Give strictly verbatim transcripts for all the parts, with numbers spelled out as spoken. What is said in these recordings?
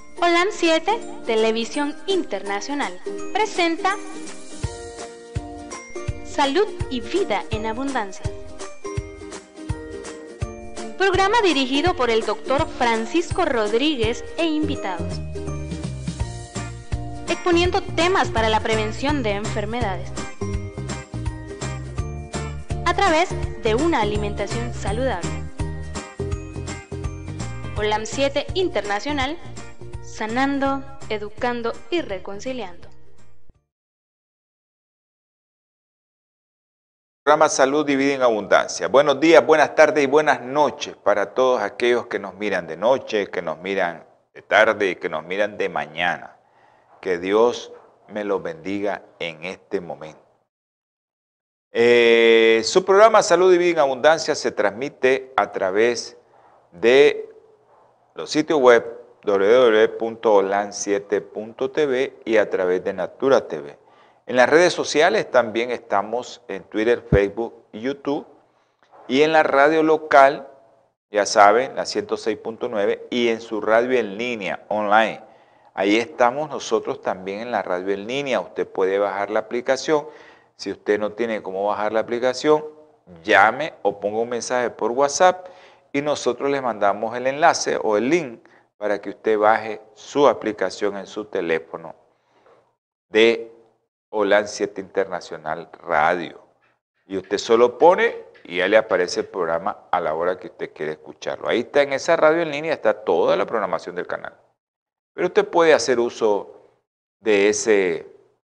OLAN siete, Televisión Internacional, presenta Salud y Vida en Abundancia. Programa dirigido por el doctor Francisco Rodríguez e invitados, exponiendo temas para la prevención de enfermedades a través de una alimentación saludable. OLAN siete Internacional, sanando, educando y reconciliando. Programa Salud y Vida en Abundancia. Buenos días, buenas tardes y buenas noches para todos aquellos que nos miran de noche, que nos miran de tarde y que nos miran de mañana. Que Dios me los bendiga en este momento. Eh, su programa Salud y Vida en Abundancia se transmite a través de los sitios web doble u doble u doble u punto olan siete punto t v y a través de Natura T V. En las redes sociales también estamos en Twitter, Facebook y YouTube. Y en la radio local, ya saben, la ciento seis punto nueve, y en su radio en línea, online. Ahí estamos nosotros también en la radio en línea. Usted puede bajar la aplicación. Si usted no tiene cómo bajar la aplicación, llame o ponga un mensaje por WhatsApp y nosotros le mandamos el enlace o el link para que usted baje su aplicación en su teléfono de OLAN siete Internacional Radio. Y usted solo pone y ya le aparece el programa a la hora que usted quiere escucharlo. Ahí está, en esa radio en línea está toda la programación del canal. Pero usted puede hacer uso de ese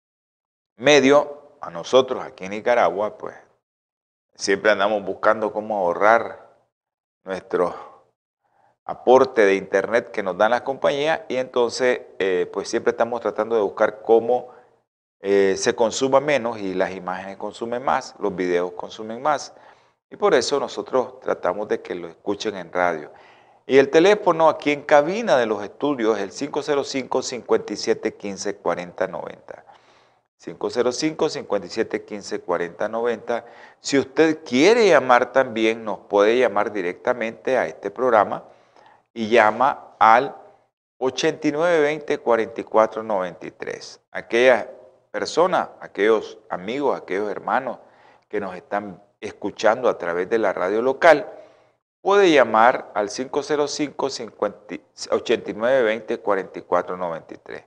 medio. A nosotros aquí en Nicaragua, pues, siempre andamos buscando cómo ahorrar nuestro aporte de internet que nos dan las compañías y entonces, eh, pues siempre estamos tratando de buscar cómo eh, se consuma menos y las imágenes consumen más, los videos consumen más. Y por eso nosotros tratamos de que lo escuchen en radio. Y el teléfono aquí en cabina de los estudios es el cinco cero cinco, cinco siete uno cinco, cuatro cero nueve cero. cinco cero cinco, cinco siete uno cinco, cuatro cero nueve cero. Si usted quiere llamar también, nos puede llamar directamente a este programa y llama al ochenta y nueve veinte, cuarenta y cuatro noventa y tres. Aquellas personas, aquellos amigos, aquellos hermanos que nos están escuchando a través de la radio local, puede llamar al cinco cero cinco, ochenta y nueve veinte, cuarenta y cuatro noventa y tres.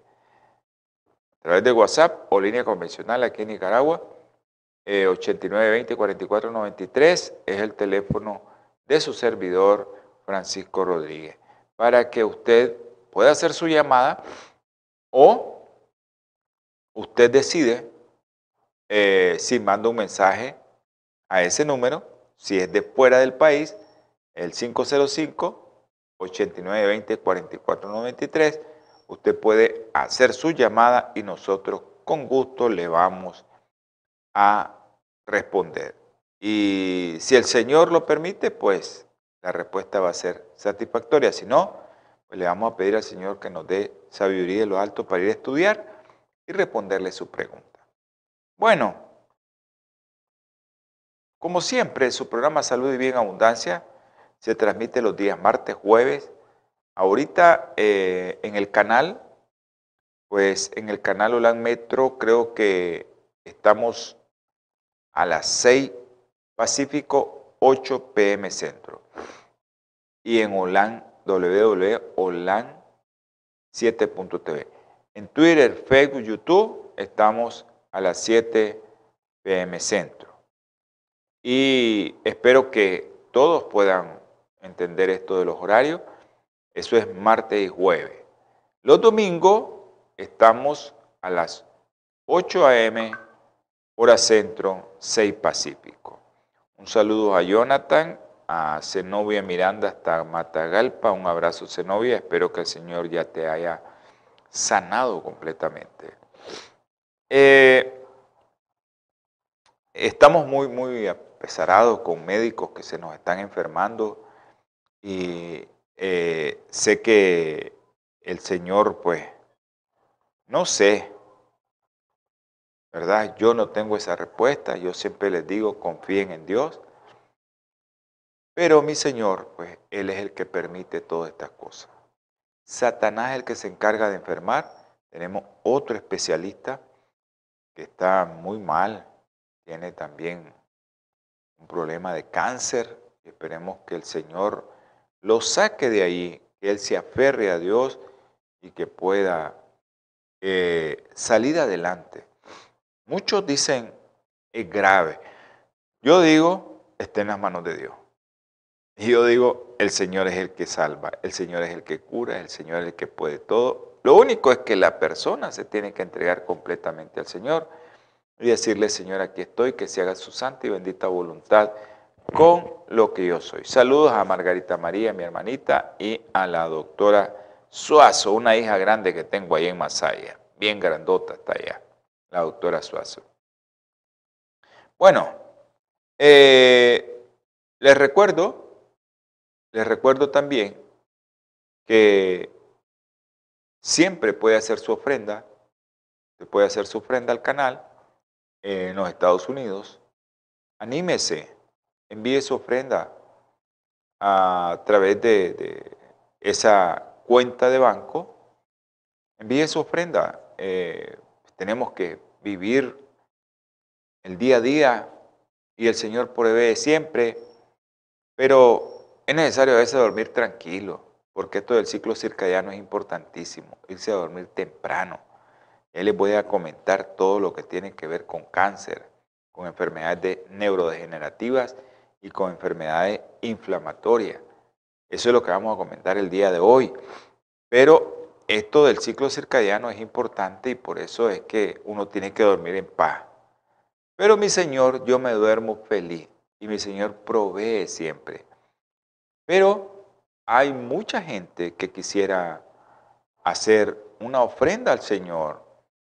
A través de WhatsApp o línea convencional aquí en Nicaragua, eh, ochenta y nueve veinte, cuarenta y cuatro noventa y tres es el teléfono de su servidor Francisco Rodríguez, para que usted pueda hacer su llamada o usted decide eh, si manda un mensaje a ese número, si es de fuera del país, el cinco cero cinco, ochenta y nueve veinte, cuarenta y cuatro noventa y tres, usted puede hacer su llamada y nosotros con gusto le vamos a responder. Y si el Señor lo permite, pues la respuesta va a ser satisfactoria. Si no, pues le vamos a pedir al Señor que nos dé sabiduría de lo alto para ir a estudiar y responderle su pregunta. Bueno, como siempre, su programa Salud y Vida en Abundancia se transmite los días martes, jueves. Ahorita eh, en el canal, pues en el canal OLAN Metro creo que estamos a las seis Pacífico, ocho p m Centro. Y en OLAN, doble u doble u doble u punto olan siete punto t v. En Twitter, Facebook, YouTube estamos a las siete p m Centro. Y espero que todos puedan entender esto de los horarios. Eso es martes y jueves. Los domingos estamos a las ocho a m hora centro, seis Pacífico. Un saludo a Jonathan, a Zenobia Miranda hasta Matagalpa. Un abrazo, Zenobia. Espero que el Señor ya te haya sanado completamente. Eh, estamos muy, muy apesarados con médicos que se nos están enfermando y eh, sé que el Señor, pues, no sé, ¿verdad? Yo no tengo esa respuesta. Yo siempre les digo, confíen en Dios. Pero mi Señor, pues, Él es el que permite todas estas cosas. Satanás es el que se encarga de enfermar. Tenemos otro especialista que está muy mal, tiene también un problema de cáncer. Esperemos que el Señor lo saque de ahí, que él se aferre a Dios y que pueda eh, salir adelante. Muchos dicen, es grave. Yo digo, está en las manos de Dios. Y yo digo, el Señor es el que salva, el Señor es el que cura, el Señor es el que puede todo. Lo único es que la persona se tiene que entregar completamente al Señor y decirle, Señor, aquí estoy, que se haga su santa y bendita voluntad con lo que yo soy. Saludos a Margarita María, mi hermanita, y a la doctora Suazo, una hija grande que tengo ahí en Masaya. Bien grandota está allá, la doctora Suazo. Bueno, eh, les recuerdo, les recuerdo también que siempre puede hacer su ofrenda, se puede hacer su ofrenda al canal en los Estados Unidos. Anímese, envíe su ofrenda a través de, de esa cuenta de banco. Envíe su ofrenda. Eh, tenemos que vivir el día a día y el Señor provee siempre, pero es necesario a veces dormir tranquilo, porque esto del ciclo circadiano es importantísimo, irse a dormir temprano. Ya les voy a comentar todo lo que tiene que ver con cáncer, con enfermedades de neurodegenerativas y con enfermedades inflamatorias. Eso es lo que vamos a comentar el día de hoy. Pero esto del ciclo circadiano es importante y por eso es que uno tiene que dormir en paz. Pero mi Señor, yo me duermo feliz y mi Señor provee siempre. Pero hay mucha gente que quisiera hacer una ofrenda al Señor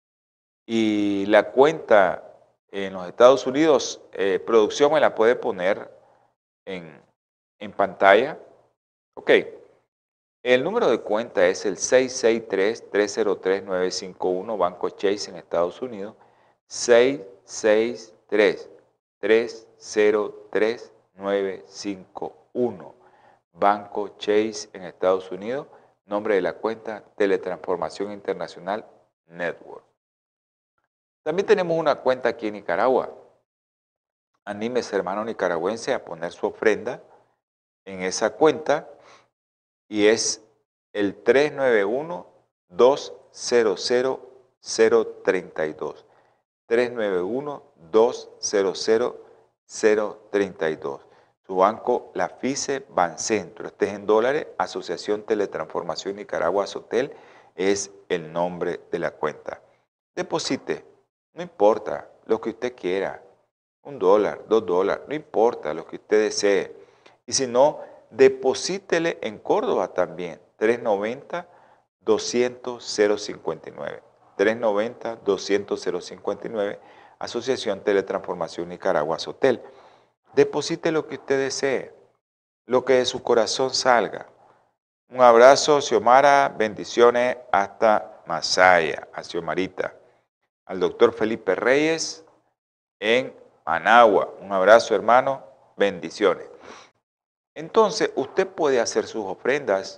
y la cuenta en los Estados Unidos, eh, producción me la puede poner en, en pantalla. Ok. El número de cuenta es el seis seis tres, tres cero tres, nueve cinco uno, Banco Chase en Estados Unidos, seis seis tres, tres cero tres, nueve cinco uno, Banco Chase en Estados Unidos, nombre de la cuenta Teletransformación Internacional Network. También tenemos una cuenta aquí en Nicaragua. Anímese, hermano nicaragüense, a poner su ofrenda en esa cuenta y es el tres nueve uno, dos cero cero, cero tres dos. tres nueve uno, dos cero cero, cero tres dos. Su banco, la FICE Bancentro. Este es en dólares. Asociación Teletransformación Nicaragua Sotel es el nombre de la cuenta. Deposite, no importa, lo que usted quiera. Un dólar, dos dólares, no importa, lo que usted desee. Y si no, deposítele en Córdoba también, tres noventa, doscientos, cero cincuenta y nueve. tres noventa, doscientos, cero cincuenta y nueve, Asociación Teletransformación Nicaragua Sotel. Deposite lo que usted desee, lo que de su corazón salga. Un abrazo, Xiomara, bendiciones hasta Masaya, a Xiomarita. Al doctor Felipe Reyes en Managua. Un abrazo, hermano, bendiciones. Entonces, usted puede hacer sus ofrendas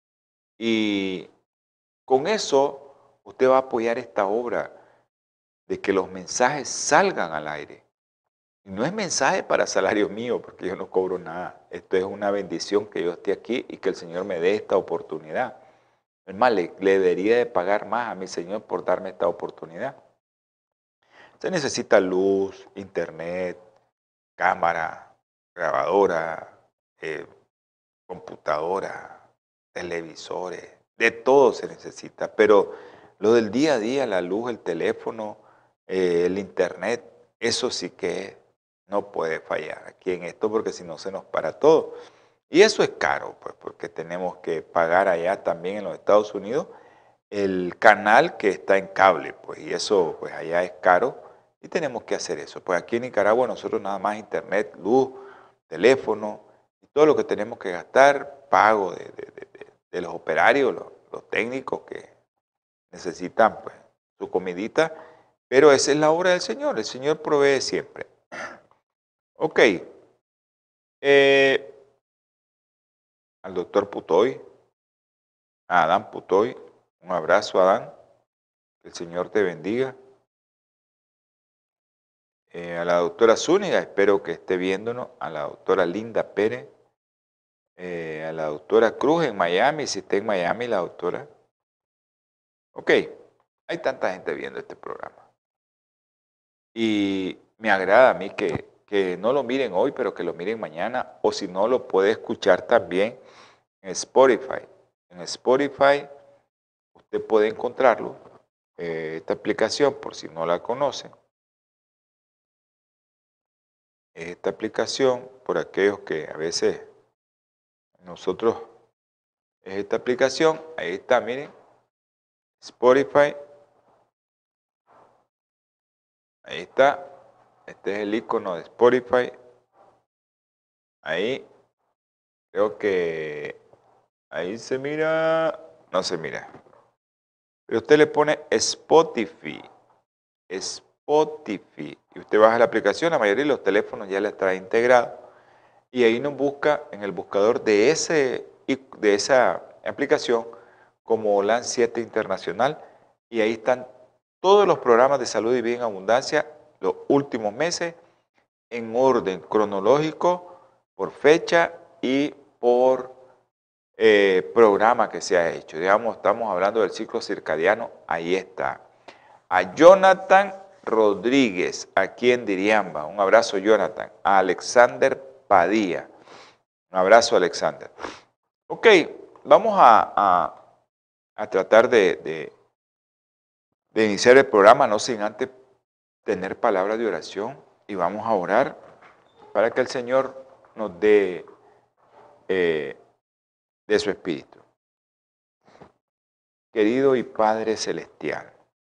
y con eso usted va a apoyar esta obra de que los mensajes salgan al aire. Y no es mensaje para salario mío, porque yo no cobro nada. Esto es una bendición que yo esté aquí y que el Señor me dé esta oportunidad. Es más, le, le debería de pagar más a mi Señor por darme esta oportunidad. Se necesita luz, internet, cámara, grabadora, eh, computadora, televisores, de todo se necesita, pero lo del día a día, la luz, el teléfono, eh, el internet, eso sí que no puede fallar aquí en esto porque si no se nos para todo. Y eso es caro, pues, porque tenemos que pagar allá también en los Estados Unidos el canal que está en cable, pues, y eso pues allá es caro y tenemos que hacer eso. Pues aquí en Nicaragua nosotros nada más internet, luz, teléfono, todo lo que tenemos que gastar, pago de, de, de, de los operarios, los, los técnicos que necesitan pues, su comidita, pero esa es la obra del Señor, el Señor provee siempre. Ok, eh, al doctor Putoy, A Adán Putoy, un abrazo, Adán. Que el Señor te bendiga. Eh, a la doctora Zúñiga, espero que esté viéndonos. A la doctora Linda Pérez. Eh, a la doctora Cruz en Miami, si está en Miami la doctora. Ok, hay tanta gente viendo este programa. Y me agrada a mí que, que no lo miren hoy, pero que lo miren mañana, o si no, lo puede escuchar también en Spotify. En Spotify usted puede encontrarlo, eh, esta aplicación, por si no la conocen. Esta aplicación, por aquellos que a veces nosotros, es esta aplicación, ahí está, miren, Spotify, ahí está, este es el icono de Spotify, ahí, creo que ahí se mira, no se mira, pero usted le pone Spotify, Spotify, y usted baja la aplicación, la mayoría de los teléfonos ya la trae integrado, y ahí nos busca en el buscador de, ese, de esa aplicación como OLAN siete Internacional, y ahí están todos los programas de salud y vida en abundancia, los últimos meses, en orden cronológico, por fecha y por eh, programa que se ha hecho. Digamos, estamos hablando del ciclo circadiano, ahí está. A Jonathan Rodríguez, aquí en Diriamba, un abrazo Jonathan. A Alexander Padilla, un abrazo Alexander. Ok, vamos a, a, a tratar de, de, de iniciar el programa, no sin antes tener palabras de oración, y vamos a orar para que el Señor nos dé eh, de su Espíritu. Querido y Padre Celestial,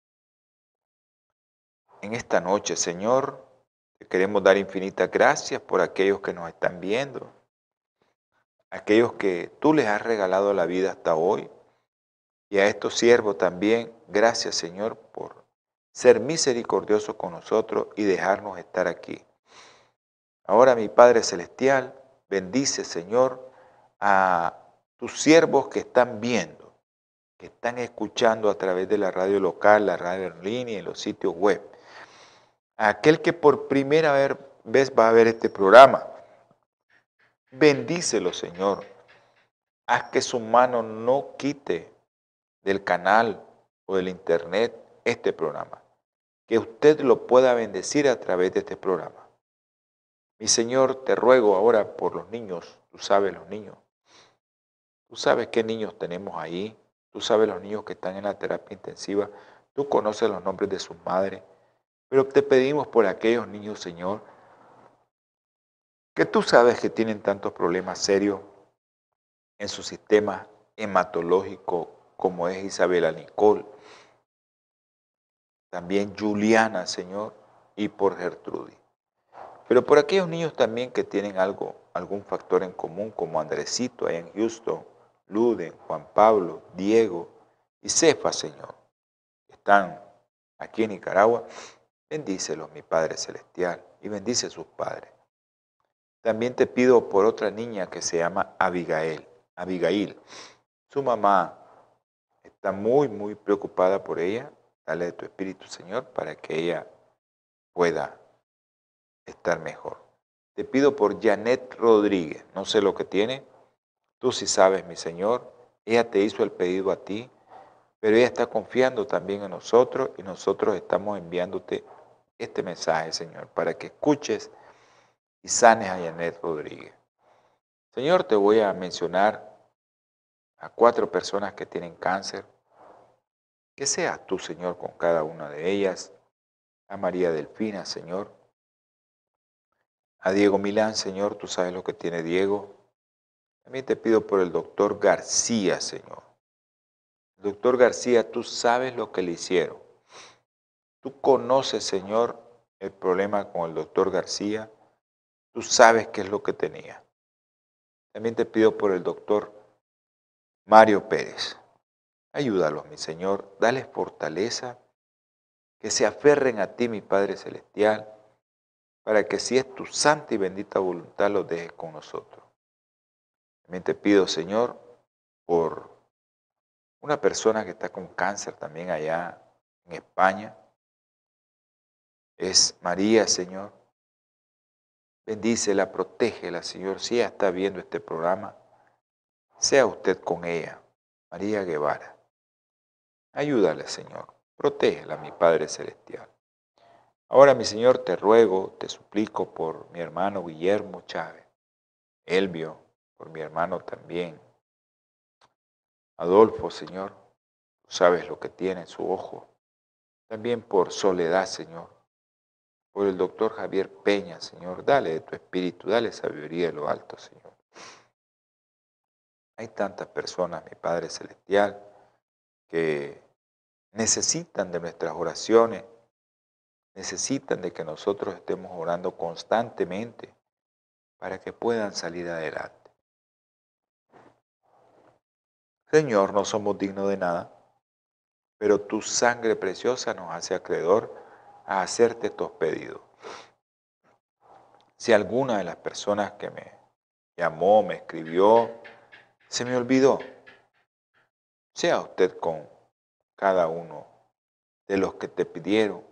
en esta noche, Señor, te queremos dar infinitas gracias por aquellos que nos están viendo, aquellos que tú les has regalado la vida hasta hoy, y a estos siervos también, gracias, Señor, por ser misericordioso con nosotros y dejarnos estar aquí. Ahora, mi Padre Celestial, bendice, Señor, a tus siervos que están viendo, que están escuchando a través de la radio local, la radio en línea y los sitios web. A aquel que por primera vez va a ver este programa, bendícelo, Señor. Haz que su mano no quite del canal o del internet este programa. Que usted lo pueda bendecir a través de este programa. Mi Señor, te ruego ahora por los niños. Tú sabes los niños. Tú sabes qué niños tenemos ahí. Tú sabes los niños que están en la terapia intensiva. Tú conoces los nombres de sus madres. Pero te pedimos por aquellos niños, Señor, que tú sabes que tienen tantos problemas serios en su sistema hematológico, como es Isabela Nicole, también Juliana, Señor, y por Gertrudis. Pero por aquellos niños también que tienen algo, algún factor en común, como Andresito allá en Houston, Luden, Juan Pablo, Diego y Cefa, Señor, que están aquí en Nicaragua, bendícelos, mi Padre Celestial, y bendice a sus padres. También te pido por otra niña que se llama Abigail. Abigail, su mamá está muy, muy preocupada por ella. Dale de tu espíritu, Señor, para que ella pueda estar mejor. Te pido por Janet Rodríguez, no sé lo que tiene, tú sí sabes, mi Señor, ella te hizo el pedido a ti, pero ella está confiando también en nosotros y nosotros estamos enviándote este mensaje, Señor, para que escuches y sanes a Janet Rodríguez. Señor, te voy a mencionar a cuatro personas que tienen cáncer, que seas tú, Señor, con cada una de ellas, a María Delfina, Señor, a Diego Milán, Señor, tú sabes lo que tiene Diego. También te pido por el doctor García, Señor. El doctor García, tú sabes lo que le hicieron. Tú conoces, Señor, el problema con el doctor García. Tú sabes qué es lo que tenía. También te pido por el doctor Mario Pérez. Ayúdalos, mi Señor. Dales fortaleza. Que se aferren a ti, mi Padre Celestial, para que si es tu santa y bendita voluntad los dejes con nosotros. También te pido, Señor, por Una persona que está con cáncer también allá en España es María, Señor. Bendícela, protégela, Señor. Si ella está viendo este programa, sea usted con ella, María Guevara. Ayúdale, Señor. Protégela, mi Padre Celestial. Ahora, mi Señor, te ruego, te suplico por mi hermano Guillermo Chávez, Elvio, por mi hermano también, Adolfo, Señor. Tú sabes lo que tiene en su ojo. También por Soledad, Señor. Por el doctor Javier Peña, Señor. Dale de tu espíritu, dale sabiduría de lo alto, Señor. Hay tantas personas, mi Padre Celestial, que necesitan de nuestras oraciones, necesitan de que nosotros estemos orando constantemente para que puedan salir adelante. Señor, no somos dignos de nada, pero tu sangre preciosa nos hace acreedor a hacerte estos pedidos. Si alguna de las personas que me llamó, me escribió, se me olvidó, sea usted con cada uno de los que te pidieron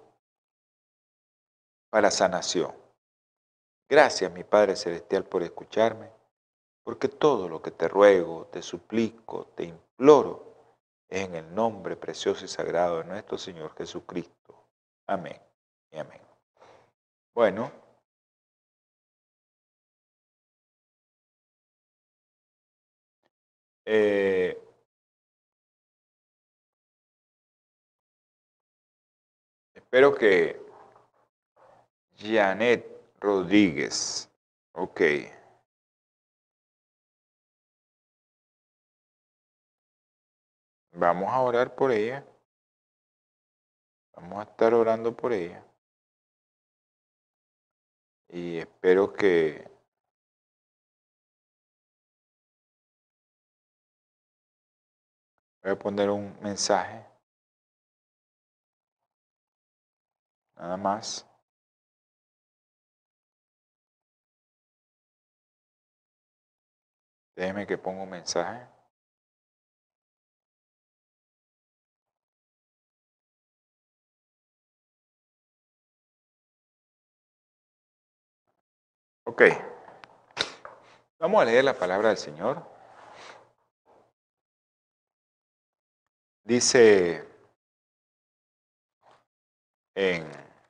para sanación. Gracias, mi Padre Celestial, por escucharme, porque todo lo que te ruego, te suplico, te imploro, es en el nombre precioso y sagrado de nuestro Señor Jesucristo. Amén y amén. Bueno, eh, espero que Janet Rodríguez, ok, vamos a orar por ella, vamos a estar orando por ella y espero que voy a poner un mensaje, nada más. Déjeme que ponga un mensaje. Ok, vamos a leer la palabra del Señor. Dice en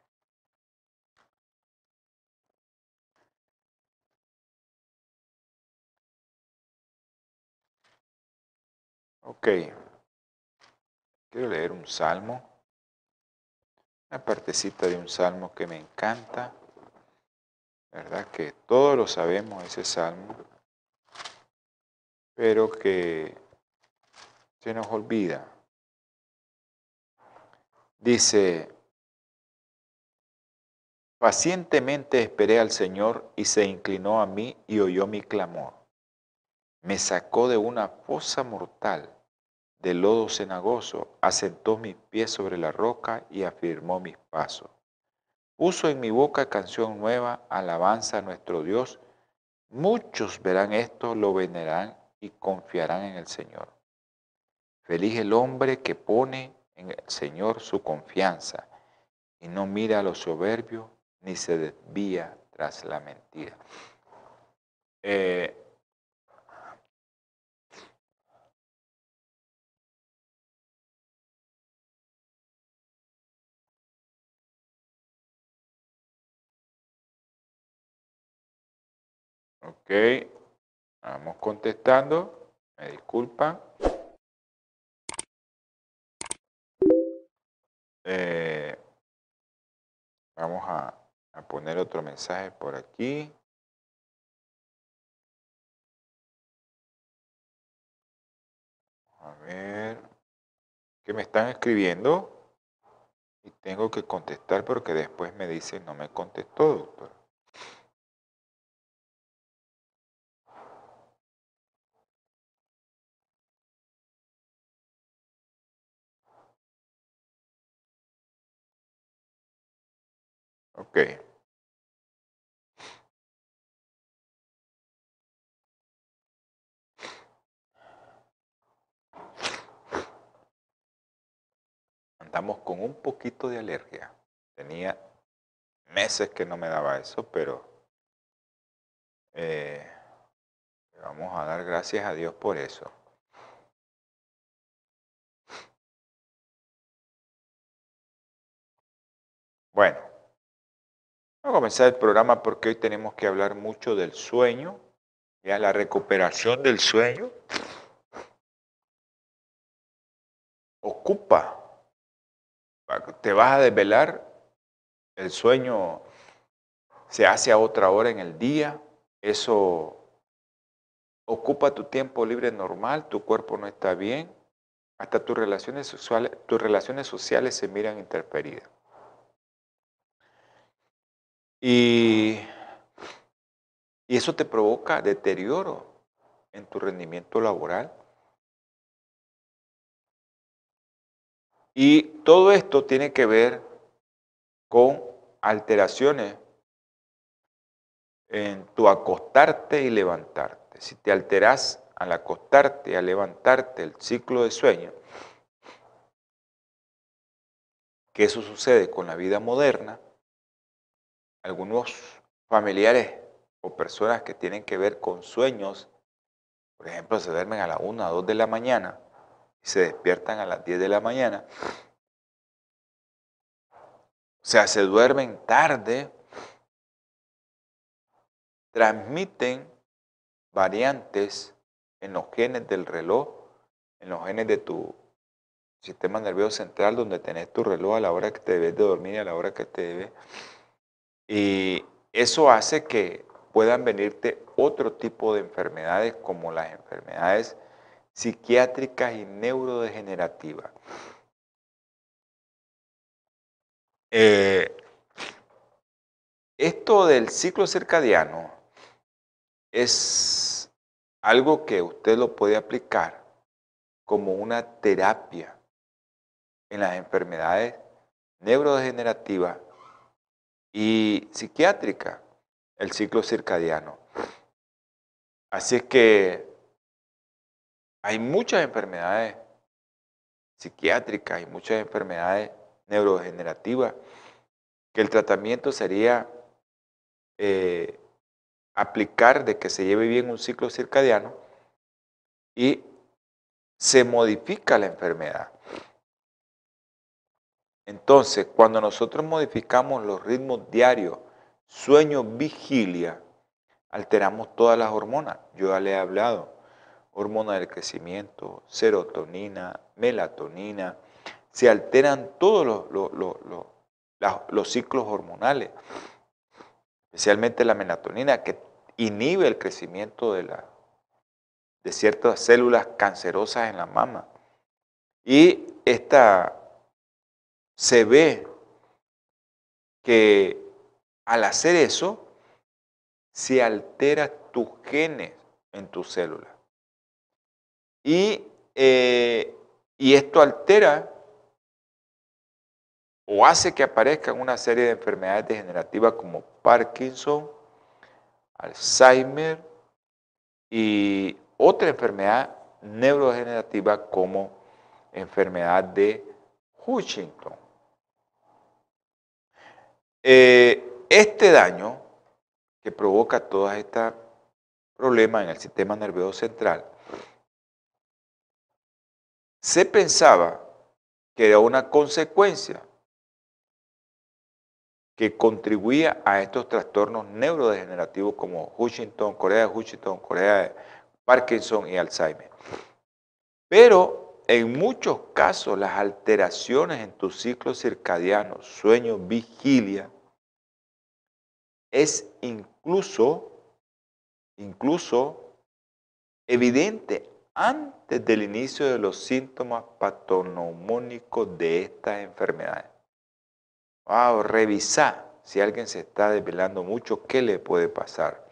ok, quiero leer un salmo, una partecita de un salmo que me encanta, ¿verdad? Que todos lo sabemos ese salmo, pero que se nos olvida. Dice, pacientemente esperé al Señor y se inclinó a mí y oyó mi clamor. Me sacó de una fosa mortal, de lodo cenagoso, asentó mis pies sobre la roca y afirmó mis pasos. Puso en mi boca canción nueva, alabanza a nuestro Dios. Muchos verán esto, lo venerarán y confiarán en el Señor. Feliz el hombre que pone en el Señor su confianza y no mira a los soberbios ni se desvía tras la mentira. Eh, ok, vamos contestando. Me disculpan. Eh, vamos a, a poner otro mensaje por aquí. A ver, ¿qué me están escribiendo? Y tengo que contestar porque después me dicen no me contestó, doctor. Ok. andamos con un poquito de alergia. Tenía meses que no me daba eso, pero eh, vamos a dar gracias a Dios por eso. Bueno, vamos a comenzar el programa porque hoy tenemos que hablar mucho del sueño, ya la recuperación del sueño. Ocupa, te vas a desvelar, el sueño se hace a otra hora en el día, eso ocupa tu tiempo libre normal, tu cuerpo no está bien, hasta tus relaciones sociales, tus relaciones sociales se miran interferidas. Y, y eso te provoca deterioro en tu rendimiento laboral. Y todo esto tiene que ver con alteraciones en tu acostarte y levantarte. Si te alteras al acostarte y al levantarte el ciclo de sueño, que eso sucede con la vida moderna, algunos familiares o personas que tienen que ver con sueños, por ejemplo, se duermen a la una o dos de la mañana y se despiertan a las diez de la mañana, o sea, se duermen tarde, transmiten variantes en los genes del reloj, en los genes de tu sistema nervioso central, donde tenés tu reloj a la hora que te debes de dormir y a la hora que te debes. Y eso hace que puedan venirte otro tipo de enfermedades como las enfermedades psiquiátricas y neurodegenerativas. Eh, esto del ciclo circadiano es algo que usted lo puede aplicar como una terapia en las enfermedades neurodegenerativas y psiquiátricas, el ciclo circadiano. Así es que hay muchas enfermedades psiquiátricas y muchas enfermedades neurodegenerativas que el tratamiento sería eh, aplicar de que se lleve bien un ciclo circadiano y se modifica la enfermedad. Entonces, cuando nosotros modificamos los ritmos diarios, sueño, vigilia, alteramos todas las hormonas. Yo ya le he hablado, hormona del crecimiento, serotonina, melatonina, se alteran todos los, los, los, los, los ciclos hormonales, especialmente la melatonina, que inhibe el crecimiento de, la, de ciertas células cancerosas en la mama. Y esta se ve que al hacer eso, se altera tus genes en tus células. Y, eh, y esto altera o hace que aparezcan una serie de enfermedades degenerativas como Parkinson, Alzheimer y otra enfermedad neurodegenerativa como enfermedad de Huntington. Eh, este daño que provoca todos estos problemas en el sistema nervioso central, se pensaba que era una consecuencia que contribuía a estos trastornos neurodegenerativos como Huntington, Corea de Huntington, Corea de Parkinson y Alzheimer. Pero en muchos casos las alteraciones en tu ciclo circadiano, sueño, vigilia, es incluso, incluso evidente antes del inicio de los síntomas patoneumónicos de estas enfermedades. Wow, revisa si alguien se está desvelando mucho, ¿qué le puede pasar?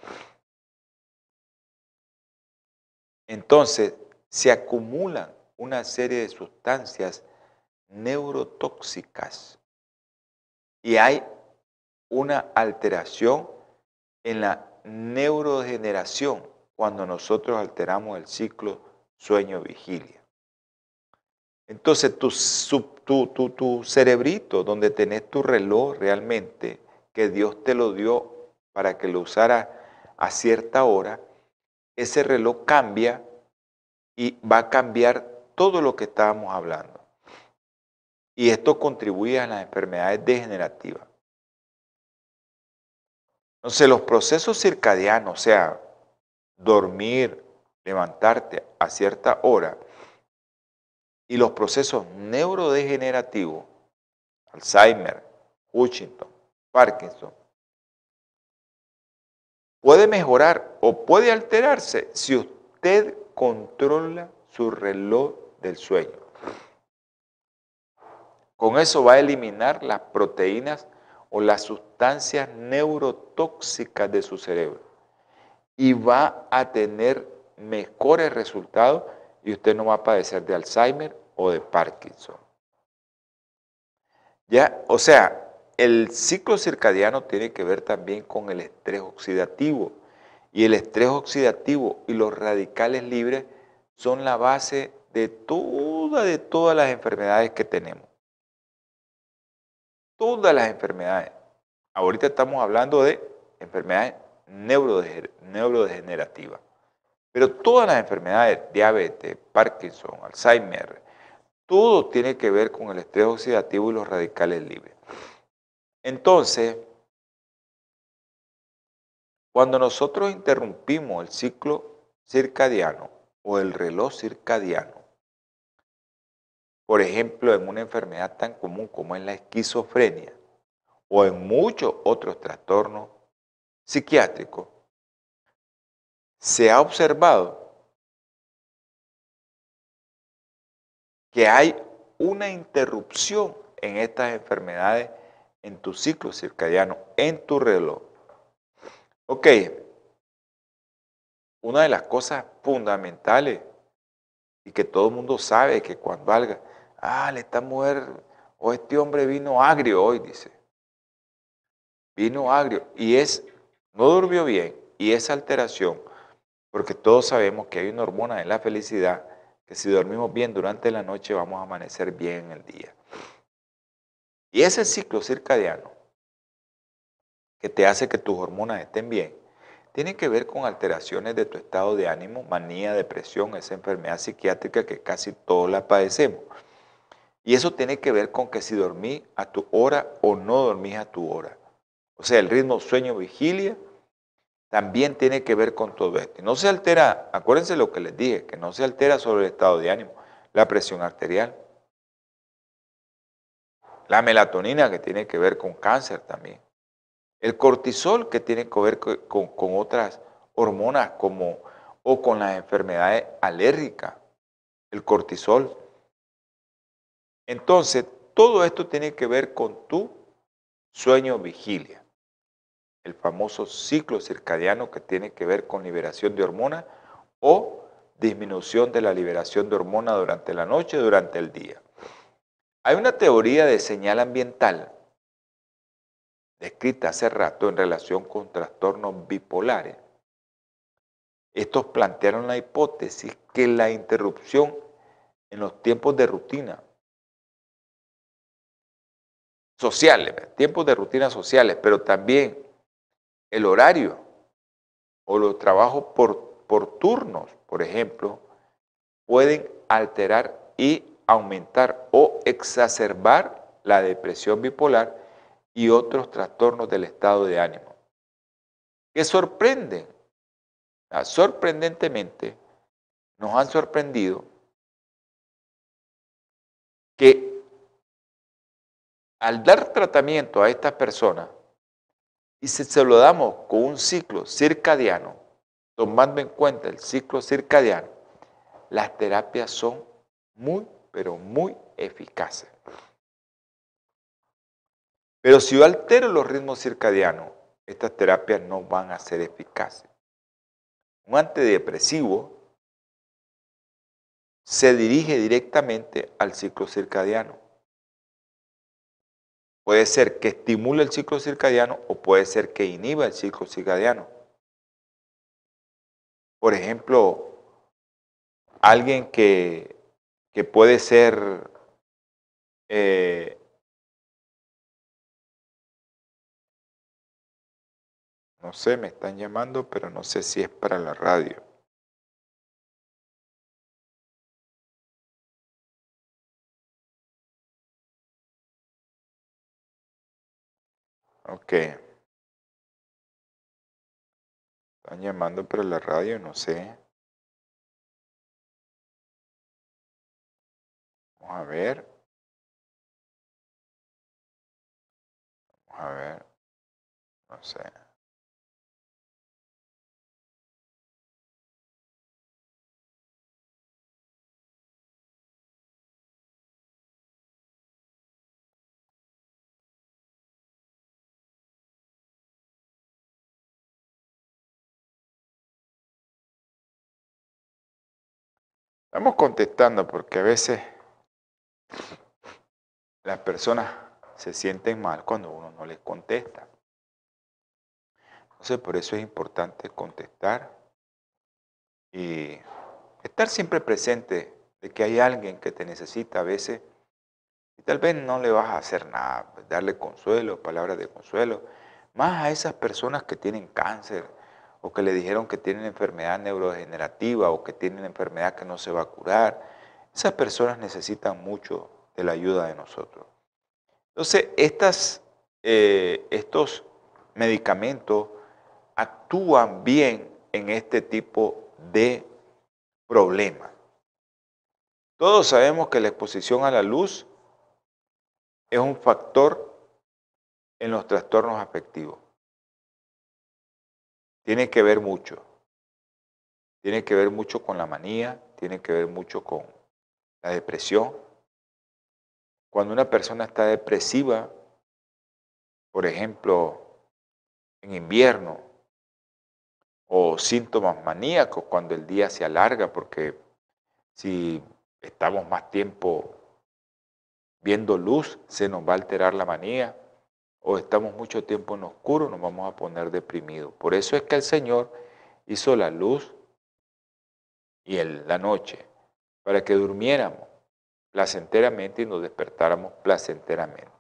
Entonces, se acumulan una serie de sustancias neurotóxicas y hay una alteración en la neurodegeneración cuando nosotros alteramos el ciclo sueño-vigilia. Entonces tu, sub- tu, tu, tu cerebrito, donde tenés tu reloj realmente, que Dios te lo dio para que lo usara a cierta hora, ese reloj cambia y va a cambiar todo lo que estábamos hablando. Y esto contribuye a las enfermedades degenerativas. Entonces los procesos circadianos, o sea, dormir, levantarte a cierta hora, y los procesos neurodegenerativos, Alzheimer, Huntington, Parkinson, puede mejorar o puede alterarse si usted controla su reloj del sueño. Con eso va a eliminar las proteínas o las sustancias neurotóxicas de su cerebro y va a tener mejores resultados y usted no va a padecer de Alzheimer o de Parkinson. Ya, o sea, el ciclo circadiano tiene que ver también con el estrés oxidativo y el estrés oxidativo y los radicales libres son la base de toda, de todas las enfermedades que tenemos. Todas las enfermedades. Ahorita estamos hablando de enfermedades neurodegenerativas. Pero todas las enfermedades, diabetes, Parkinson, Alzheimer, todo tiene que ver con el estrés oxidativo y los radicales libres. Entonces, cuando nosotros interrumpimos el ciclo circadiano o el reloj circadiano, por ejemplo, en una enfermedad tan común como es la esquizofrenia o en muchos otros trastornos psiquiátricos, se ha observado que hay una interrupción en estas enfermedades en tu ciclo circadiano, en tu reloj. Ok, una de las cosas fundamentales y que todo el mundo sabe que cuando alga, ah, esta mujer o este hombre vino agrio hoy, dice. Vino agrio y es, no durmió bien y esa alteración, porque todos sabemos que hay una hormona de la felicidad que si dormimos bien durante la noche vamos a amanecer bien en el día. Y ese ciclo circadiano que te hace que tus hormonas estén bien, tiene que ver con alteraciones de tu estado de ánimo, manía, depresión, esa enfermedad psiquiátrica que casi todos la padecemos. Y eso tiene que ver con que si dormí a tu hora o no dormís a tu hora. O sea, el ritmo sueño-vigilia también tiene que ver con todo esto. Y no se altera, acuérdense lo que les dije, que no se altera solo el estado de ánimo, la presión arterial, la melatonina que tiene que ver con cáncer también, el cortisol que tiene que ver con, con, con otras hormonas como o con las enfermedades alérgicas, el cortisol. Entonces, todo esto tiene que ver con tu sueño-vigilia, el famoso ciclo circadiano que tiene que ver con liberación de hormonas o disminución de la liberación de hormonas durante la noche, durante el día. Hay una teoría de señal ambiental descrita hace rato en relación con trastornos bipolares. Estos plantearon la hipótesis que la interrupción en los tiempos de rutina sociales, tiempos de rutina sociales, pero también el horario o los trabajos por, por turnos, por ejemplo, pueden alterar y aumentar o exacerbar la depresión bipolar y otros trastornos del estado de ánimo, que sorprenden, sorprendentemente, nos han sorprendido que al dar tratamiento a estas personas, y si se lo damos con un ciclo circadiano, tomando en cuenta el ciclo circadiano, las terapias son muy, pero muy eficaces. Pero si yo altero los ritmos circadianos, estas terapias no van a ser eficaces. Un antidepresivo se dirige directamente al ciclo circadiano. Puede ser que estimule el ciclo circadiano o puede ser que inhiba el ciclo circadiano. Por ejemplo, alguien que, que puede ser eh, no sé, me están llamando, pero no sé si es para la radio. Ok. Están llamando para la radio, no sé. Vamos a ver. Vamos a ver. No sé. Estamos contestando porque a veces las personas se sienten mal cuando uno no les contesta. Entonces, por eso es importante contestar y estar siempre presente de que hay alguien que te necesita a veces y tal vez no le vas a hacer nada, pues, darle consuelo, palabras de consuelo, más a esas personas que tienen cáncer o que le dijeron que tienen enfermedad neurodegenerativa o que tienen enfermedad que no se va a curar. Esas personas necesitan mucho de la ayuda de nosotros. Entonces, estas, eh, estos medicamentos actúan bien en este tipo de problemas. Todos sabemos que la exposición a la luz es un factor en los trastornos afectivos. Tiene que ver mucho. Tiene que ver mucho con la manía, tiene que ver mucho con la depresión. Cuando una persona está depresiva, por ejemplo, en invierno, o síntomas maníacos cuando el día se alarga, porque si estamos más tiempo viendo luz, se nos va a alterar la manía, o estamos mucho tiempo en oscuro, nos vamos a poner deprimidos. Por eso es que el Señor hizo la luz y el, la noche, para que durmiéramos placenteramente y nos despertáramos placenteramente.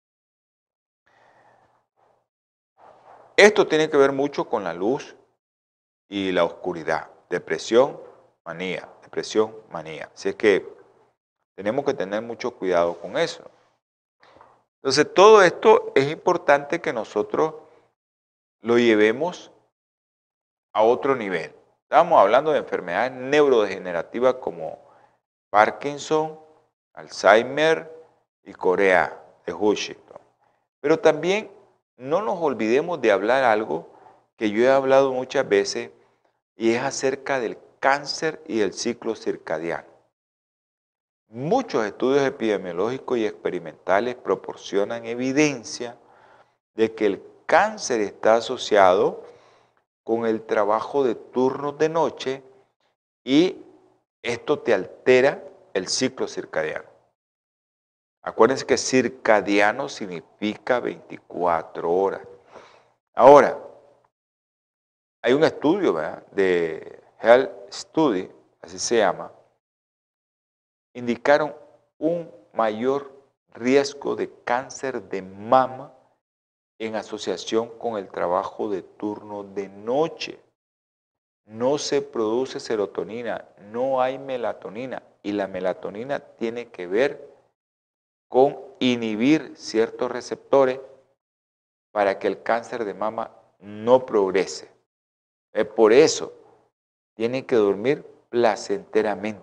Esto tiene que ver mucho con la luz y la oscuridad. Depresión, manía, depresión, manía. Así es que tenemos que tener mucho cuidado con eso. Entonces, todo esto es importante que nosotros lo llevemos a otro nivel. Estábamos hablando de enfermedades neurodegenerativas como Parkinson, Alzheimer y Corea de Huntington. Pero también no nos olvidemos de hablar algo que yo he hablado muchas veces y es acerca del cáncer y el ciclo circadiano. Muchos estudios epidemiológicos y experimentales proporcionan evidencia de que el cáncer está asociado con el trabajo de turnos de noche y esto te altera el ciclo circadiano. Acuérdense que circadiano significa veinticuatro horas. Ahora, hay un estudio, ¿verdad?, de Health Study, así se llama, indicaron un mayor riesgo de cáncer de mama en asociación con el trabajo de turno de noche. No se produce serotonina, no hay melatonina y la melatonina tiene que ver con inhibir ciertos receptores para que el cáncer de mama no progrese. Es por eso tienen que dormir placenteramente.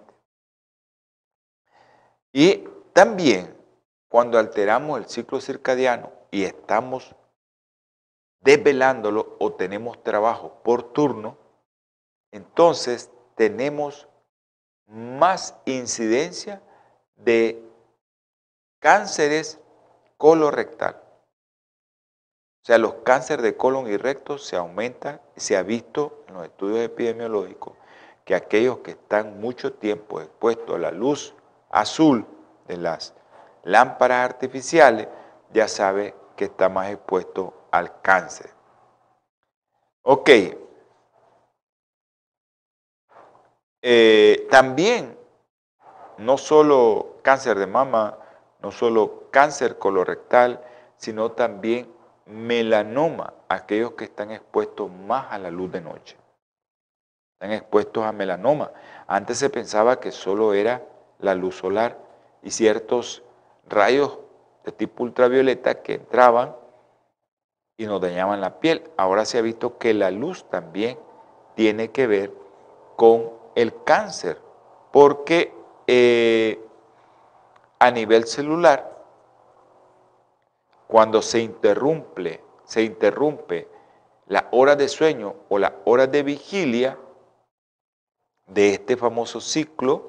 Y también cuando alteramos el ciclo circadiano y estamos desvelándolo o tenemos trabajo por turno, entonces tenemos más incidencia de cánceres colorectal. O sea, los cánceres de colon y recto se aumentan. Se ha visto en los estudios epidemiológicos que aquellos que están mucho tiempo expuestos a la luz azul de las lámparas artificiales, ya sabe que está más expuesto al cáncer. Ok. Eh, también no solo cáncer de mama, no solo cáncer colorectal, sino también melanoma, aquellos que están expuestos más a la luz de noche. Están expuestos a melanoma. Antes se pensaba que solo era la luz solar y ciertos rayos de tipo ultravioleta que entraban y nos dañaban la piel. Ahora se ha visto que la luz también tiene que ver con el cáncer, porque eh, a nivel celular, cuando se interrumpe, se interrumpe la hora de sueño o la hora de vigilia de este famoso ciclo,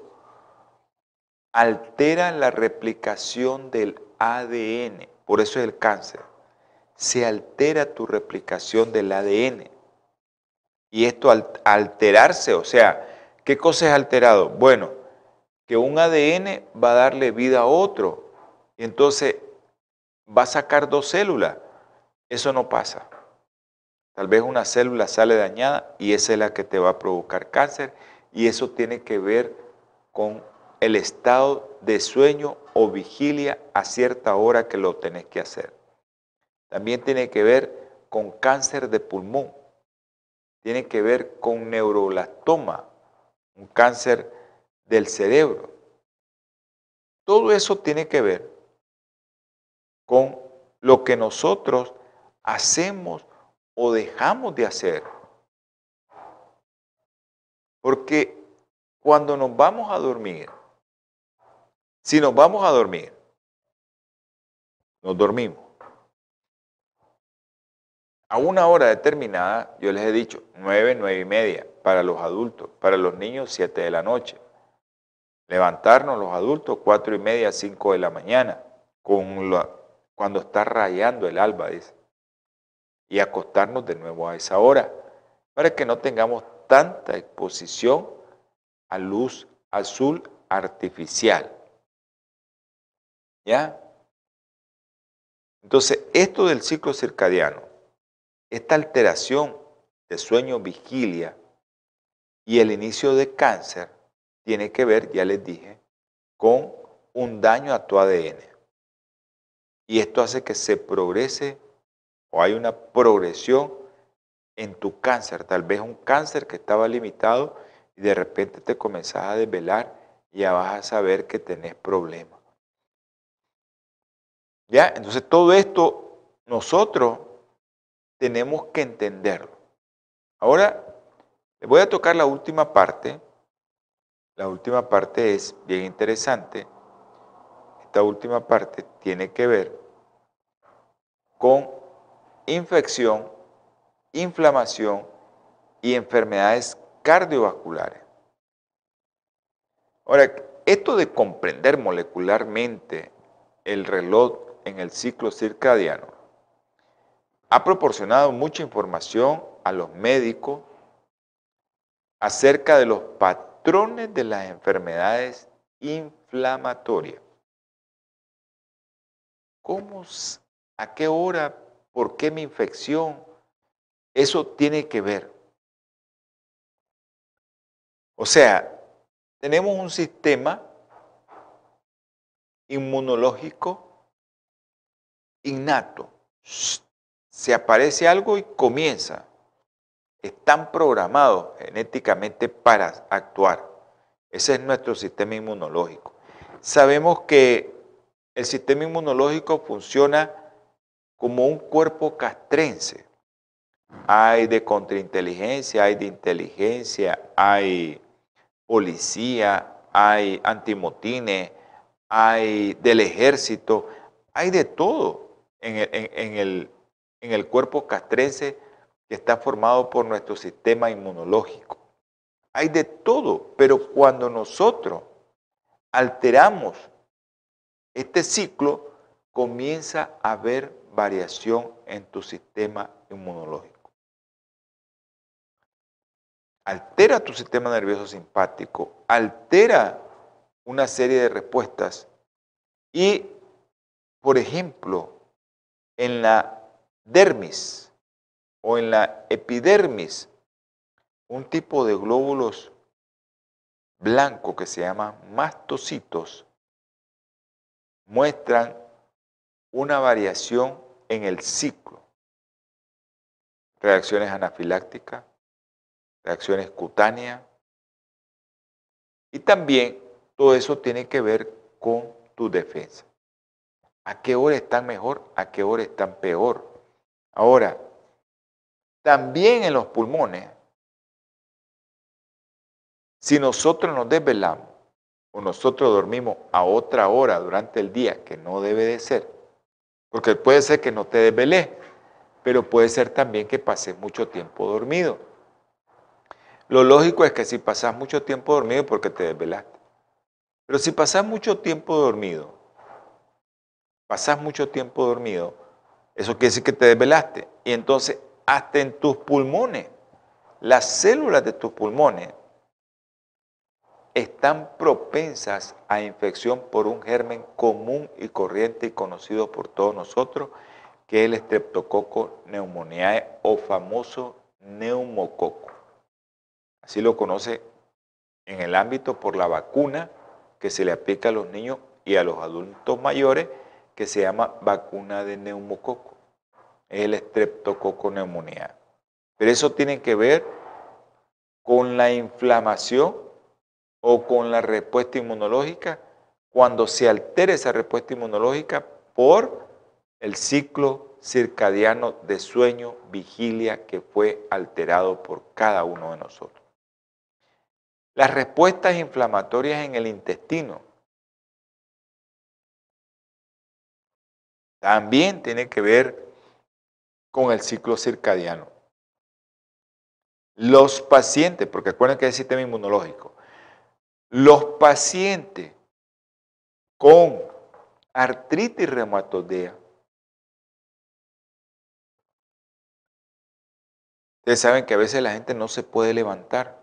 altera la replicación del A D N. Por eso es el cáncer. Se altera tu replicación del A D N. Y esto al alterarse, o sea, ¿qué cosa es alterado? Bueno, que un A D N va a darle vida a otro. Y entonces va a sacar dos células. Eso no pasa. Tal vez una célula sale dañada y esa es la que te va a provocar cáncer. Y eso tiene que ver con el estado de sueño o vigilia a cierta hora que lo tenés que hacer. También tiene que ver con cáncer de pulmón. Tiene que ver con neuroblastoma, un cáncer del cerebro. Todo eso tiene que ver con lo que nosotros hacemos o dejamos de hacer. Porque cuando nos vamos a dormir, si nos vamos a dormir, nos dormimos. A una hora determinada, yo les he dicho, nueve, nueve y media para los adultos, para los niños, siete de la noche. Levantarnos los adultos, cuatro y media, cinco de la mañana, con la, cuando está rayando el alba, dice. Y acostarnos de nuevo a esa hora, para que no tengamos tanta exposición a luz azul artificial. ¿Ya? Entonces, esto del ciclo circadiano, esta alteración de sueño-vigilia y el inicio de cáncer, tiene que ver, ya les dije, con un daño a tu A D N. Y esto hace que se progrese o hay una progresión en tu cáncer. Tal vez un cáncer que estaba limitado y de repente te comenzás a desvelar y ya vas a saber que tenés problemas. ¿Ya? Entonces todo esto nosotros tenemos que entenderlo. Ahora les voy a tocar la última parte. La última parte es bien interesante. Esta última parte tiene que ver con infección, inflamación y enfermedades cardiovasculares. Ahora, esto de comprender molecularmente el reloj en el ciclo circadiano ha proporcionado mucha información a los médicos acerca de los patrones de las enfermedades inflamatorias. ¿Cómo, a qué hora, por qué mi infección? Eso tiene que ver. O sea, tenemos un sistema inmunológico innato. Se aparece algo y comienza. Están programados genéticamente para actuar. Ese es nuestro sistema inmunológico. Sabemos que el sistema inmunológico funciona como un cuerpo castrense. Hay de contrainteligencia, hay de inteligencia, hay policía, hay antimotines, hay del ejército, hay de todo en el, en, en el, en el cuerpo castrense que está formado por nuestro sistema inmunológico. Hay de todo, pero cuando nosotros alteramos este ciclo, comienza a haber variación en tu sistema inmunológico. Altera tu sistema nervioso simpático, altera una serie de respuestas y, por ejemplo, en la dermis o en la epidermis, un tipo de glóbulos blancos que se llaman mastocitos muestran una variación en el ciclo. Reacciones anafilácticas, reacciones cutáneas. Y también todo eso tiene que ver con tu defensa. ¿A qué hora están mejor? ¿A qué hora están peor? Ahora, también en los pulmones, si nosotros nos desvelamos o nosotros dormimos a otra hora durante el día, que no debe de ser, porque puede ser que no te desveles, pero puede ser también que pases mucho tiempo dormido. Lo lógico es que si pasas mucho tiempo dormido porque te desvelaste. Pero si pasas mucho tiempo dormido, pasas mucho tiempo dormido, eso quiere decir que te desvelaste. Y entonces, hasta en tus pulmones, las células de tus pulmones están propensas a infección por un germen común y corriente y conocido por todos nosotros, que es el Streptococcus pneumoniae o famoso neumococo. Así lo conoce en el ámbito por la vacuna que se le aplica a los niños y a los adultos mayores, que se llama vacuna de neumococo. Es el Streptococcus pneumoniae. Pero eso tiene que ver con la inflamación o con la respuesta inmunológica, cuando se altera esa respuesta inmunológica por el ciclo circadiano de sueño, vigilia, que fue alterado por cada uno de nosotros. Las respuestas inflamatorias en el intestino también tienen que ver con el ciclo circadiano. Los pacientes, porque acuérdense que es el sistema inmunológico, los pacientes con artritis reumatoidea, ustedes saben que a veces la gente no se puede levantar.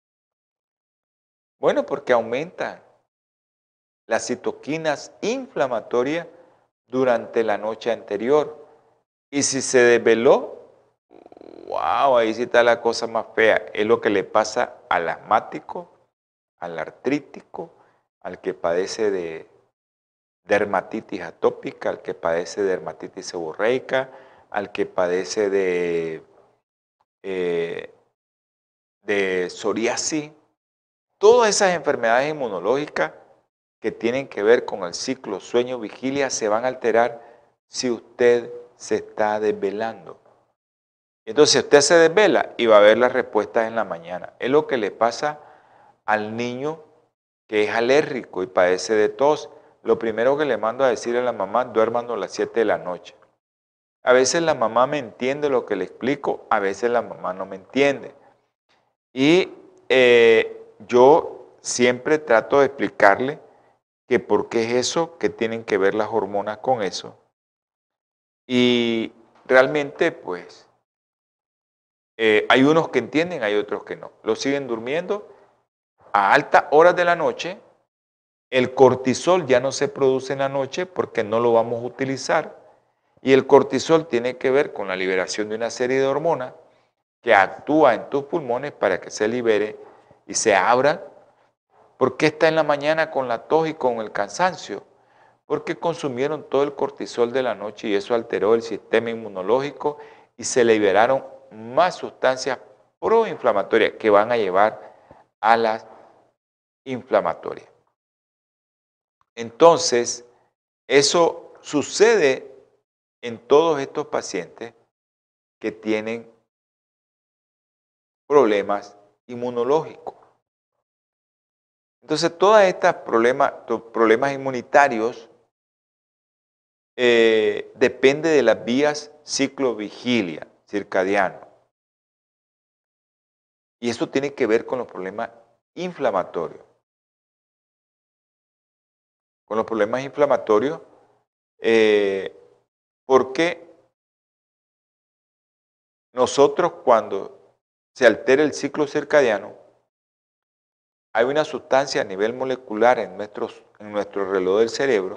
Bueno, porque aumentan las citoquinas inflamatorias durante la noche anterior. Y si se desveló, wow, ahí sí está la cosa más fea. Es lo que le pasa al asmático, al artrítico, al que padece de dermatitis atópica, al que padece de dermatitis seborreica, al que padece de, eh, de psoriasis. Todas esas enfermedades inmunológicas que tienen que ver con el ciclo sueño-vigilia se van a alterar si usted se está desvelando. Entonces usted se desvela y va a ver las respuestas en la mañana. Es lo que le pasa al niño que es alérgico y padece de tos. Lo primero que le mando a decir a la mamá, duerman a las siete de la noche. A veces la mamá me entiende lo que le explico, a veces la mamá no me entiende. Y eh, yo siempre trato de explicarle que por qué es eso, que tienen que ver las hormonas con eso. Y realmente, pues, eh, hay unos que entienden, hay otros que no. Lo siguen durmiendo a altas horas de la noche. El cortisol ya no se produce en la noche porque no lo vamos a utilizar. Y el cortisol tiene que ver con la liberación de una serie de hormonas que actúa en tus pulmones para que se libere y se abran. ¿Por qué está en la mañana con la tos y con el cansancio? Porque consumieron todo el cortisol de la noche y eso alteró el sistema inmunológico y se liberaron más sustancias proinflamatorias que van a llevar a las inflamatorias. Entonces, eso sucede en todos estos pacientes que tienen problemas inmunológicos. Entonces, todos estos problemas, problemas inmunitarios eh, depende de las vías ciclo-vigilia, circadiano. Y eso tiene que ver con los problemas inflamatorios. Con los problemas inflamatorios, eh, porque nosotros cuando se altera el ciclo circadiano, hay una sustancia a nivel molecular en, nuestros, en nuestro reloj del cerebro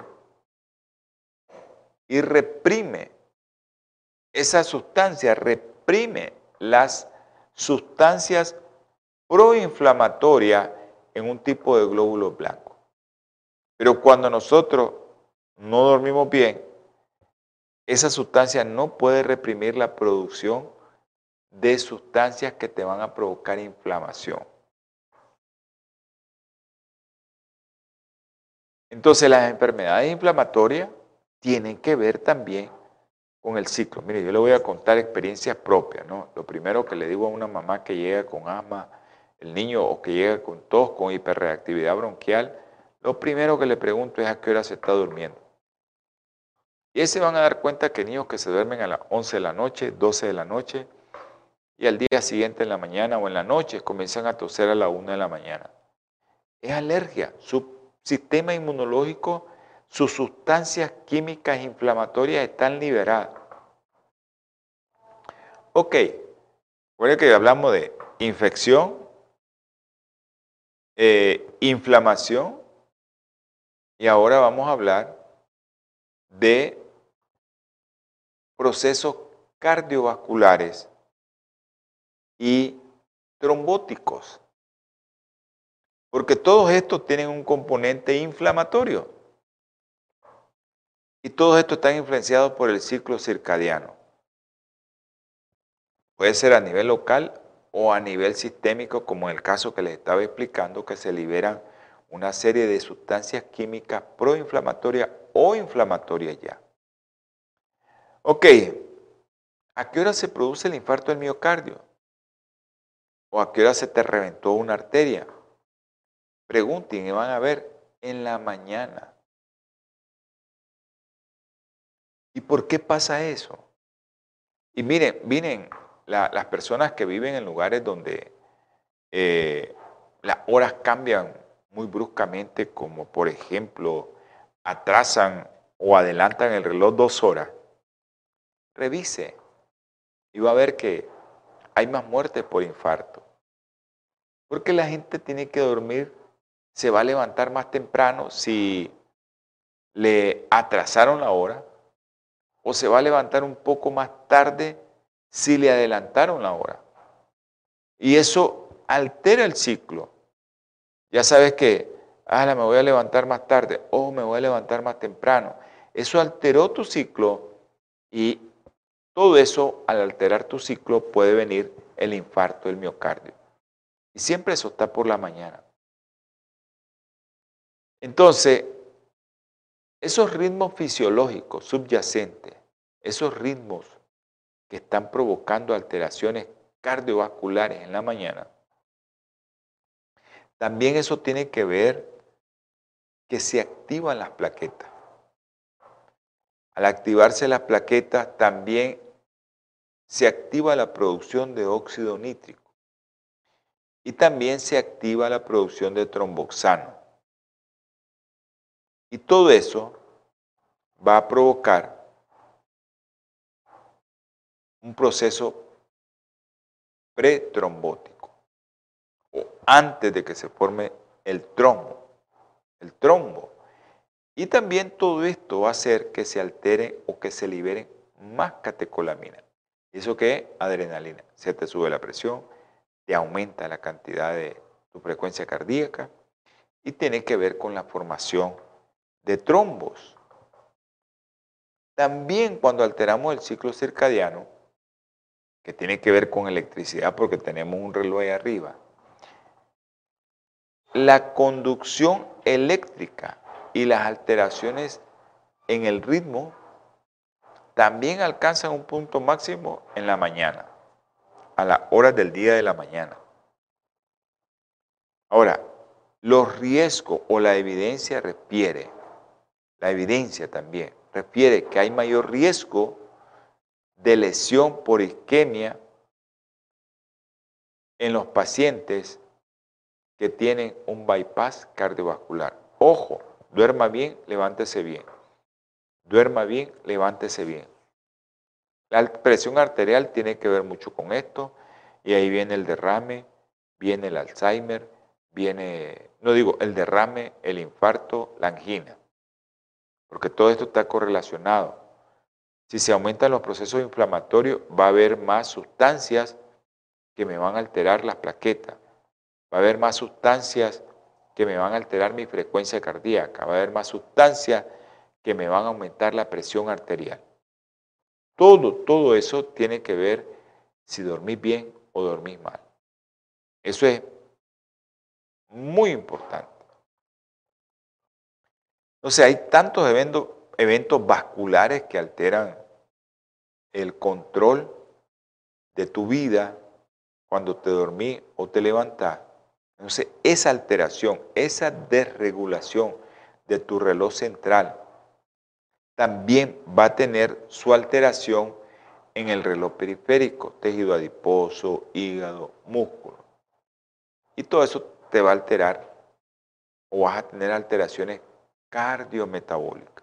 y reprime, esa sustancia reprime las sustancias proinflamatorias en un tipo de glóbulos blancos. Pero cuando nosotros no dormimos bien, esa sustancia no puede reprimir la producción de sustancias que te van a provocar inflamación. Entonces las enfermedades inflamatorias tienen que ver también con el ciclo. Mire, yo le voy a contar experiencias propias, ¿no? Lo primero que le digo a una mamá que llega con asma, el niño o que llega con tos, con hiperreactividad bronquial, lo primero que le pregunto es a qué hora se está durmiendo. Y ahí se van a dar cuenta que niños que se duermen a las once de la noche, doce de la noche, y al día siguiente en la mañana o en la noche comienzan a toser a la una de la mañana. Es alergia. Su sistema inmunológico, sus sustancias químicas inflamatorias están liberadas. Ok, recuerden que hablamos de infección, eh, inflamación, y ahora vamos a hablar de procesos cardiovasculares y trombóticos. Porque todos estos tienen un componente inflamatorio. Y todos estos están influenciados por el ciclo circadiano. Puede ser a nivel local o a nivel sistémico, como en el caso que les estaba explicando, que se liberan una serie de sustancias químicas proinflamatorias o inflamatorias ya. Ok, ¿a qué hora se produce el infarto del miocardio? ¿O a qué hora se te reventó una arteria? Pregunten y van a ver en la mañana. ¿Y por qué pasa eso? Y miren, miren, la, las personas que viven en lugares donde eh, las horas cambian muy bruscamente, como por ejemplo atrasan o adelantan el reloj dos horas, revise y va a ver que hay más muertes por infarto. Porque la gente tiene que dormir, se va a levantar más temprano si le atrasaron la hora, o se va a levantar un poco más tarde si le adelantaron la hora. Y eso altera el ciclo. Ya sabes que, ah, me voy a levantar más tarde, o me voy a levantar más temprano. Eso alteró tu ciclo y todo eso, al alterar tu ciclo, puede venir el infarto del miocardio. Y siempre eso está por la mañana. Entonces, esos ritmos fisiológicos subyacentes, esos ritmos que están provocando alteraciones cardiovasculares en la mañana, también eso tiene que ver que se activan las plaquetas. Al activarse las plaquetas, también se activa la producción de óxido nítrico y también se activa la producción de tromboxano. Y todo eso va a provocar un proceso pretrombótico o antes de que se forme el trombo, el trombo. Y también todo esto va a hacer que se altere o que se liberen más catecolamina. ¿Y eso qué es? Adrenalina. Se te sube la presión, te aumenta la cantidad de tu frecuencia cardíaca y tiene que ver con la formación de trombos. También cuando alteramos el ciclo circadiano, que tiene que ver con electricidad porque tenemos un reloj ahí arriba, la conducción eléctrica y las alteraciones en el ritmo también alcanzan un punto máximo en la mañana, a las horas del día de la mañana. Ahora, los riesgos o la evidencia refiere, la evidencia también refiere que hay mayor riesgo de lesión por isquemia en los pacientes que tienen un bypass cardiovascular. Ojo, duerma bien, levántese bien. Duerma bien, levántese bien. La presión arterial tiene que ver mucho con esto, y ahí viene el derrame, viene el Alzheimer, viene, no digo, el derrame, el infarto, la angina, porque todo esto está correlacionado. Si se aumentan los procesos inflamatorios, va a haber más sustancias que me van a alterar las plaquetas, va a haber más sustancias que me van a alterar mi frecuencia cardíaca, va a haber más sustancias que me van a aumentar la presión arterial. Todo, todo eso tiene que ver si dormís bien o dormís mal. Eso es muy importante. Entonces hay tantos eventos, eventos vasculares que alteran el control de tu vida cuando te dormís o te levantás. Entonces esa alteración, esa desregulación de tu reloj central también va a tener su alteración en el reloj periférico, tejido adiposo, hígado, músculo. Y todo eso te va a alterar o vas a tener alteraciones cardiometabólicas.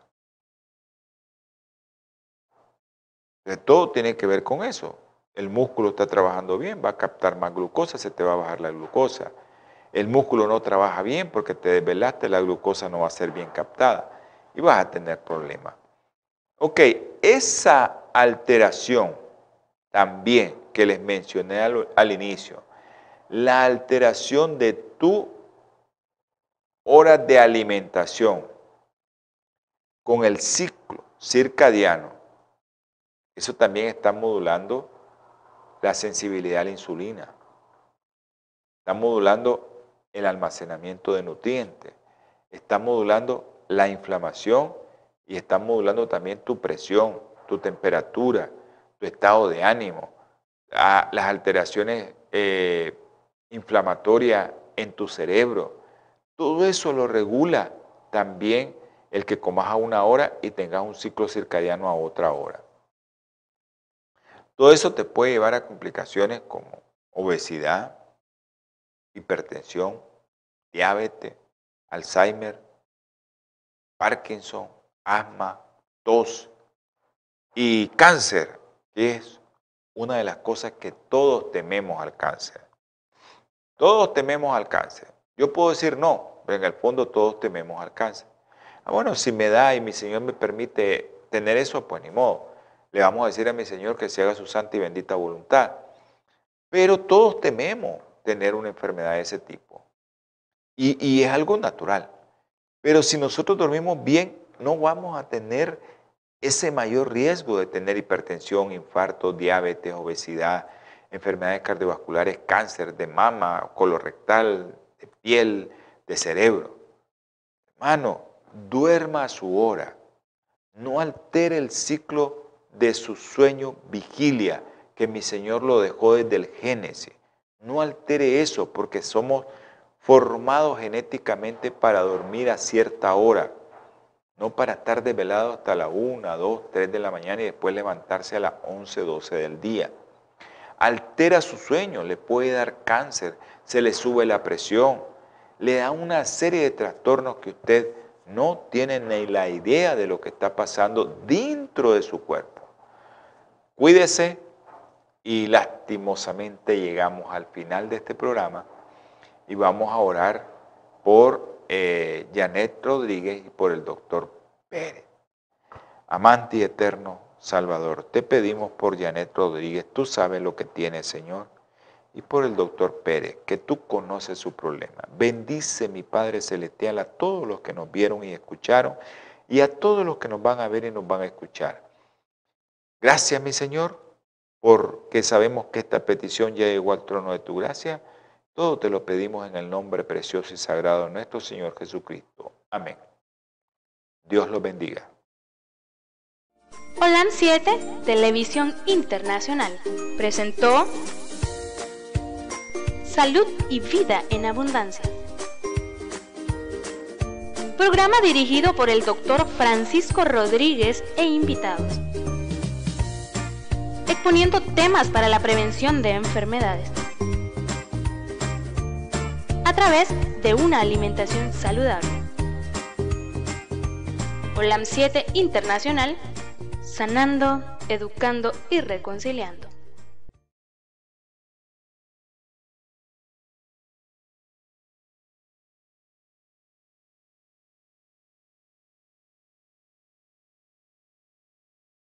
Entonces, todo tiene que ver con eso. El músculo está trabajando bien, va a captar más glucosa, se te va a bajar la glucosa. El músculo no trabaja bien porque te desvelaste, la glucosa no va a ser bien captada y vas a tener problemas. Ok, esa alteración también que les mencioné al, al inicio, la alteración de tu hora de alimentación con el ciclo circadiano, eso también está modulando la sensibilidad a la insulina, está modulando el almacenamiento de nutrientes, está modulando la inflamación y está modulando también tu presión, tu temperatura, tu estado de ánimo, a las alteraciones eh, inflamatorias en tu cerebro. Todo eso lo regula también el que comas a una hora y tengas un ciclo circadiano a otra hora. Todo eso te puede llevar a complicaciones como obesidad, hipertensión, diabetes, Alzheimer, Parkinson, asma, tos y cáncer, que es una de las cosas que todos tememos al cáncer. Todos tememos al cáncer. Yo puedo decir no, pero en el fondo todos tememos al cáncer. Ah, bueno, si me da y mi Señor me permite tener eso, pues ni modo. Le vamos a decir a mi Señor que se haga su santa y bendita voluntad. Pero todos tememos tener una enfermedad de ese tipo. Y, y es algo natural. Pero si nosotros dormimos bien, no vamos a tener ese mayor riesgo de tener hipertensión, infarto, diabetes, obesidad, enfermedades cardiovasculares, cáncer de mama, colorectal, de piel, de cerebro. Hermano, duerma a su hora. No altere el ciclo de su sueño vigilia, que mi Señor lo dejó desde el Génesis. No altere eso, porque somos formados genéticamente para dormir a cierta hora, no para estar desvelados hasta la una, dos, tres de la mañana y después levantarse a las once, doce del día. Altera su sueño, le puede dar cáncer, se le sube la presión, le da una serie de trastornos que usted no tiene ni la idea de lo que está pasando dentro de su cuerpo. Cuídese y lastimosamente llegamos al final de este programa y vamos a orar por eh, Janet Rodríguez y por el doctor Pérez. Amante y eterno Salvador, te pedimos por Janet Rodríguez, tú sabes lo que tiene, Señor, y por el doctor Pérez, que tú conoces su problema. Bendice, mi Padre Celestial, a todos los que nos vieron y escucharon y a todos los que nos van a ver y nos van a escuchar. Gracias, mi Señor, porque sabemos que esta petición ya llegó al trono de tu gracia. Todo te lo pedimos en el nombre precioso y sagrado de nuestro Señor Jesucristo. Amén. Dios los bendiga. Holan siete, Televisión Internacional, presentó Salud y Vida en Abundancia. Programa dirigido por el doctor Francisco Rodríguez e invitados. Exponiendo temas para la prevención de enfermedades. A través de una alimentación saludable. Holan siete Internacional, sanando, educando y reconciliando.